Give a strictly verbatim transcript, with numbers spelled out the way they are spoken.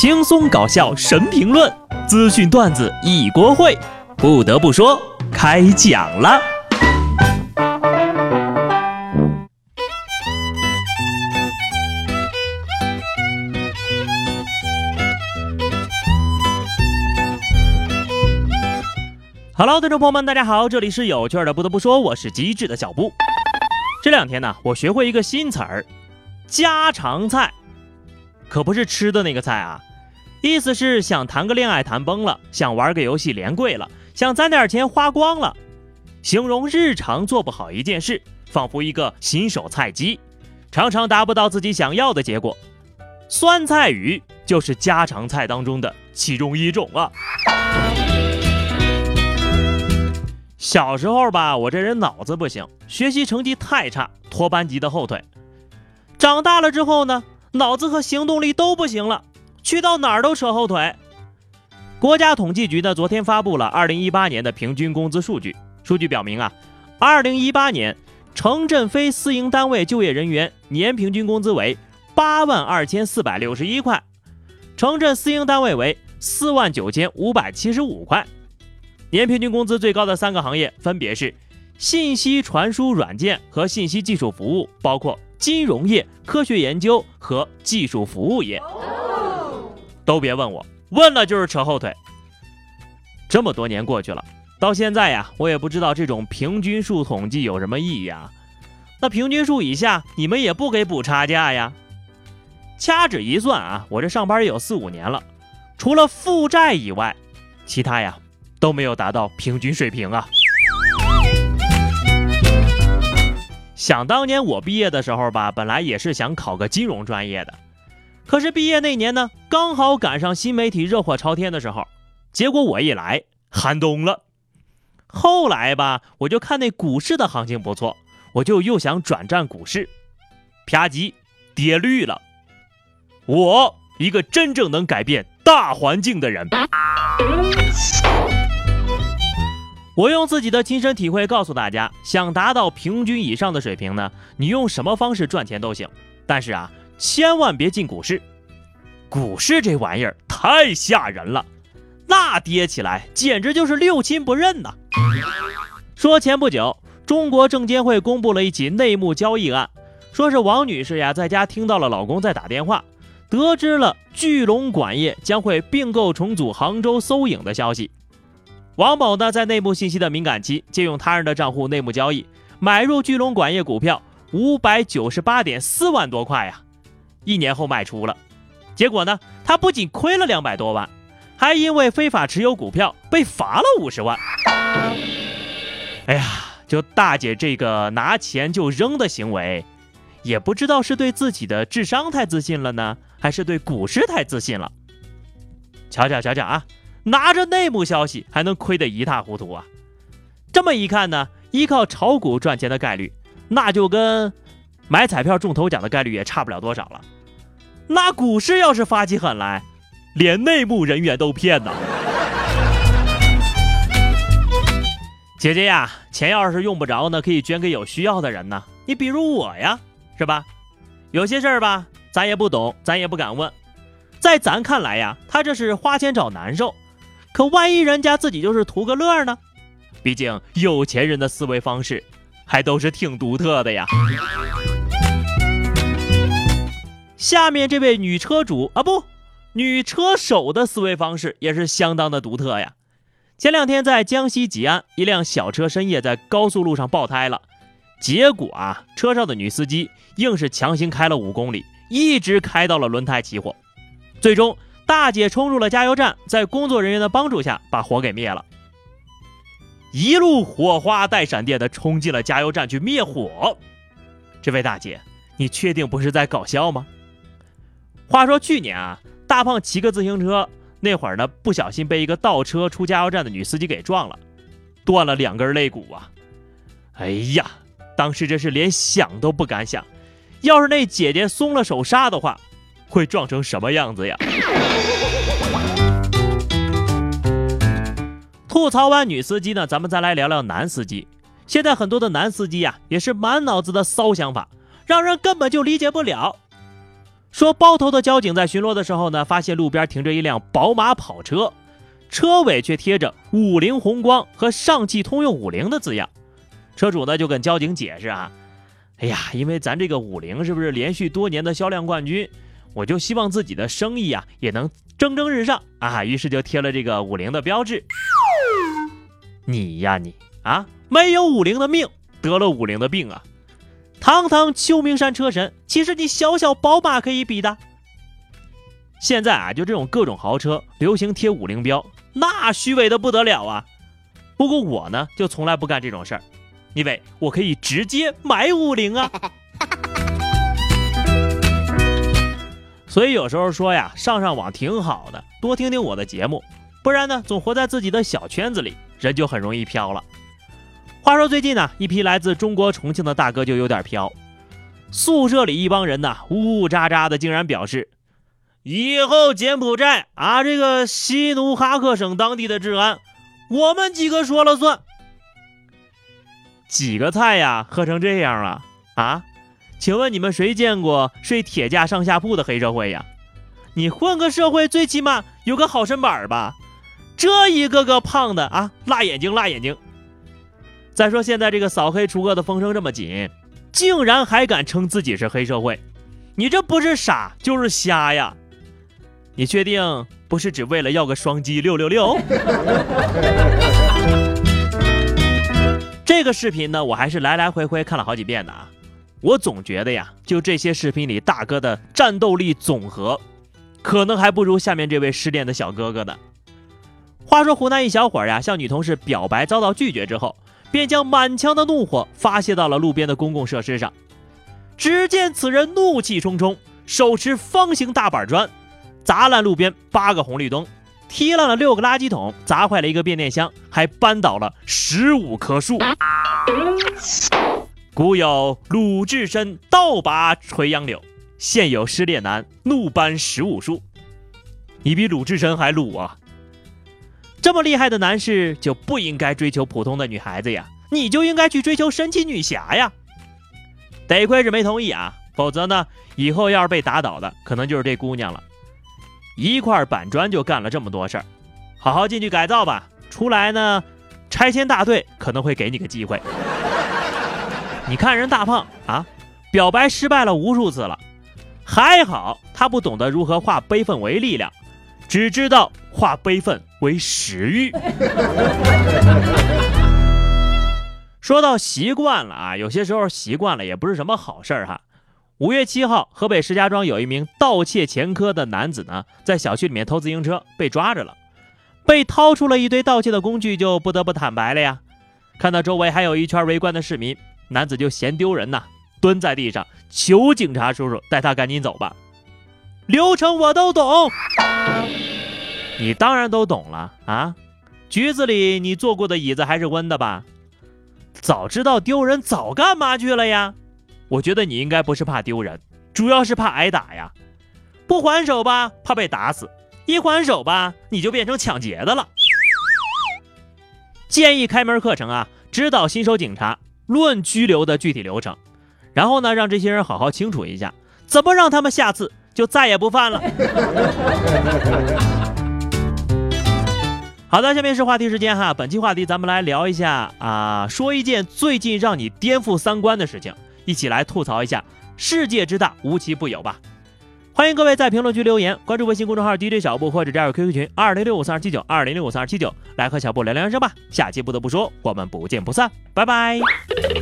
轻松搞笑神评论，资讯段子一锅烩。不得不说，开讲了。Hello， 听众朋友们，大家好，这里是有趣的。不得不说，我是机智的小布。这两天呢，我学会一个新词儿，家常菜，可不是吃的那个菜啊。意思是想谈个恋爱谈崩了，想玩个游戏连跪了，想攒点钱花光了，形容日常做不好一件事，仿佛一个新手菜鸡，常常达不到自己想要的结果。酸菜鱼就是家常菜当中的其中一种啊。小时候吧，我这人脑子不行，学习成绩太差，拖班级的后腿。长大了之后呢，脑子和行动力都不行了，去到哪儿都扯后腿。国家统计局呢，昨天发布了二零一八年的平均工资数据。数据表明啊，二零一八年城镇非私营单位就业人员年平均工资为八万二千四百六十一块，城镇私营单位为四万九千五百七十五块。年平均工资最高的三个行业分别是信息传输软件和信息技术服务，包括金融业、科学研究和技术服务业。都别问我，问了就是扯后腿。这么多年过去了，到现在呀，我也不知道这种平均数统计有什么意义啊。那平均数以下，你们也不给补差价呀？掐指一算啊，我这上班也有四五年了，除了负债以外，其他呀都没有达到平均水平啊。想当年我毕业的时候吧，本来也是想考个金融专业的，可是毕业那年呢，刚好赶上新媒体热火朝天的时候，结果我一来寒冬了。后来吧，我就看那股市的行情不错，我就又想转战股市，啪叽跌绿了。我一个真正能改变大环境的人。我用自己的亲身体会告诉大家，想达到平均以上的水平呢，你用什么方式赚钱都行，但是啊，千万别进股市。股市这玩意儿太吓人了，那跌起来简直就是六亲不认呐。说前不久，中国证监会公布了一起内幕交易案，说是王女士呀在家听到了老公在打电话，得知了聚龙管业将会并购重组杭州搜影的消息。王某呢，在内幕信息的敏感期，借用他人的账户内幕交易，买入聚龙管业股票五百九十八点四万多块呀，一年后卖出了。结果呢，他不仅亏了两百多万，还因为非法持有股票被罚了五十万。哎呀，就大姐这个拿钱就扔的行为，也不知道是对自己的智商太自信了呢，还是对股市太自信了。瞧瞧瞧瞧啊，拿着内幕消息还能亏得一塌糊涂啊！这么一看呢，依靠炒股赚钱的概率，那就跟买彩票中头奖的概率也差不了多少了。那股市要是发起狠来，连内幕人员都骗呢。姐姐呀，钱要是用不着呢，可以捐给有需要的人呢。你比如我呀，是吧？有些事儿吧，咱也不懂，咱也不敢问。在咱看来呀，他这是花钱找难受。可万一人家自己就是图个乐呢？毕竟有钱人的思维方式还都是挺独特的呀。下面这位女车主啊，不，女车手的思维方式也是相当的独特呀。前两天在江西吉安，一辆小车深夜在高速路上爆胎了，结果啊，车上的女司机硬是强行开了五公里，一直开到了轮胎起火，最终大姐冲入了加油站，在工作人员的帮助下把火给灭了。一路火花带闪电的冲进了加油站去灭火。这位大姐，你确定不是在搞笑吗？话说去年啊，大胖骑个自行车，那会儿呢不小心被一个倒车出加油站的女司机给撞了，断了两根肋骨啊！哎呀，当时这是连想都不敢想，要是那姐姐松了手刹的话，会撞成什么样子呀？吐槽完女司机呢，咱们再来聊聊男司机。现在很多的男司机呀、啊，也是满脑子的骚想法，让人根本就理解不了。 说包头的交警在巡逻的时候呢，发现路边停着一辆宝马跑车，车尾却贴着五菱宏光和上汽通用五菱的字样。车主呢就跟交警解释啊，哎呀，因为咱这个五菱是不是连续多年的销量冠军，我就希望自己的生意啊也能蒸蒸日上啊，于是就贴了这个五菱的标志。你呀你啊，没有五菱的命，得了五菱的病啊！堂堂秋名山车神，其实你小小宝马可以比的。现在啊，就这种各种豪车流行贴五菱标，那虚伪的不得了啊！不过我呢，就从来不干这种事儿，因为我可以直接买五菱啊。所以有时候说呀，上上网挺好的，多听听我的节目，不然呢，总活在自己的小圈子里，人就很容易飘了。话说最近呢，一批来自中国重庆的大哥就有点飘，宿舍里一帮人呢，呜呜喳喳的，竟然表示以后柬埔寨啊，这个西努哈克省当地的治安，我们几个说了算。几个菜呀，喝成这样了啊？请问你们谁见过睡铁架上下铺的黑社会呀？你混个社会，最起码有个好身板吧？这一个个胖的啊，辣眼睛辣眼睛。再说现在这个扫黑除恶的风声这么紧，竟然还敢称自己是黑社会，你这不是傻就是瞎呀！你确定不是只为了要个双击六六六？这个视频呢，我还是来来回回看了好几遍的啊。我总觉得呀，就这些视频里大哥的战斗力总和，可能还不如下面这位失恋的小哥哥呢。话说湖南一小伙呀，向女同事表白遭到拒绝之后，便将满腔的怒火发泄到了路边的公共设施上。只见此人怒气冲冲，手持方形大板砖，砸烂路边八个红绿灯，踢烂了六个垃圾桶，砸坏了一个变电箱，还扳倒了十五棵树。古有鲁智深倒拔垂杨柳，现有失恋男怒搬十五树。你比鲁智深还鲁啊！这么厉害的男士就不应该追求普通的女孩子呀，你就应该去追求神奇女侠呀！得亏是没同意啊，否则呢，以后要是被打倒的，可能就是这姑娘了。一块板砖就干了这么多事儿，好好进去改造吧，出来呢，拆迁大队可能会给你个机会。你看人大胖啊，表白失败了无数次了，还好他不懂得如何化悲愤为力量，只知道化悲愤为食欲。说到习惯了啊，有些时候习惯了也不是什么好事儿哈。五月七号，河北石家庄有一名盗窃前科的男子呢，在小区里面偷自行车被抓着了，被掏出了一堆盗窃的工具，就不得不坦白了呀。看到周围还有一圈围观的市民，男子就嫌丢人呐，蹲在地上求警察叔叔带他赶紧走吧。流程我都懂，你当然都懂了啊！局子里你坐过的椅子还是温的吧？早知道丢人早干嘛去了呀？我觉得你应该不是怕丢人，主要是怕挨打呀。不还手吧，怕被打死；一还手吧，你就变成抢劫的了。建议开门课程啊，指导新手警察论拘留的具体流程，然后呢，让这些人好好清楚一下，怎么让他们下次就再也不犯了。好的，下面是话题时间哈。本期话题咱们来聊一下啊，说一件最近让你颠覆三观的事情，一起来吐槽一下世界之大无奇不有吧。欢迎各位在评论区留言，关注微信公众号 D J 小布或者加入 Q Q 群二零六五三二七九二零六五三二七九，来和小布聊聊人生吧。下期不得不说，我们不见不散，拜拜。